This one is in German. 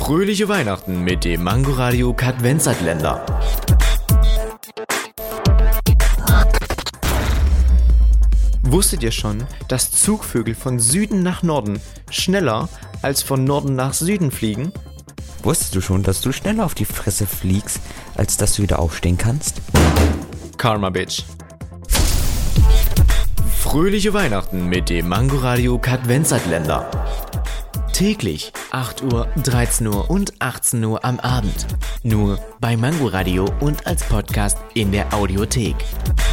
Fröhliche Weihnachten mit dem Mangoradio Kadventsatländer. Wusstet ihr schon, dass Zugvögel von Süden nach Norden schneller als von Norden nach Süden fliegen? Wusstest du schon, dass du schneller auf die Fresse fliegst, als dass du wieder aufstehen kannst? Karma Bitch. Fröhliche Weihnachten mit dem Mangoradio Kadventsatländer. Täglich 8 Uhr, 13 Uhr und 18 Uhr am Abend. Nur bei Mangoradio und als Podcast in der Audiothek.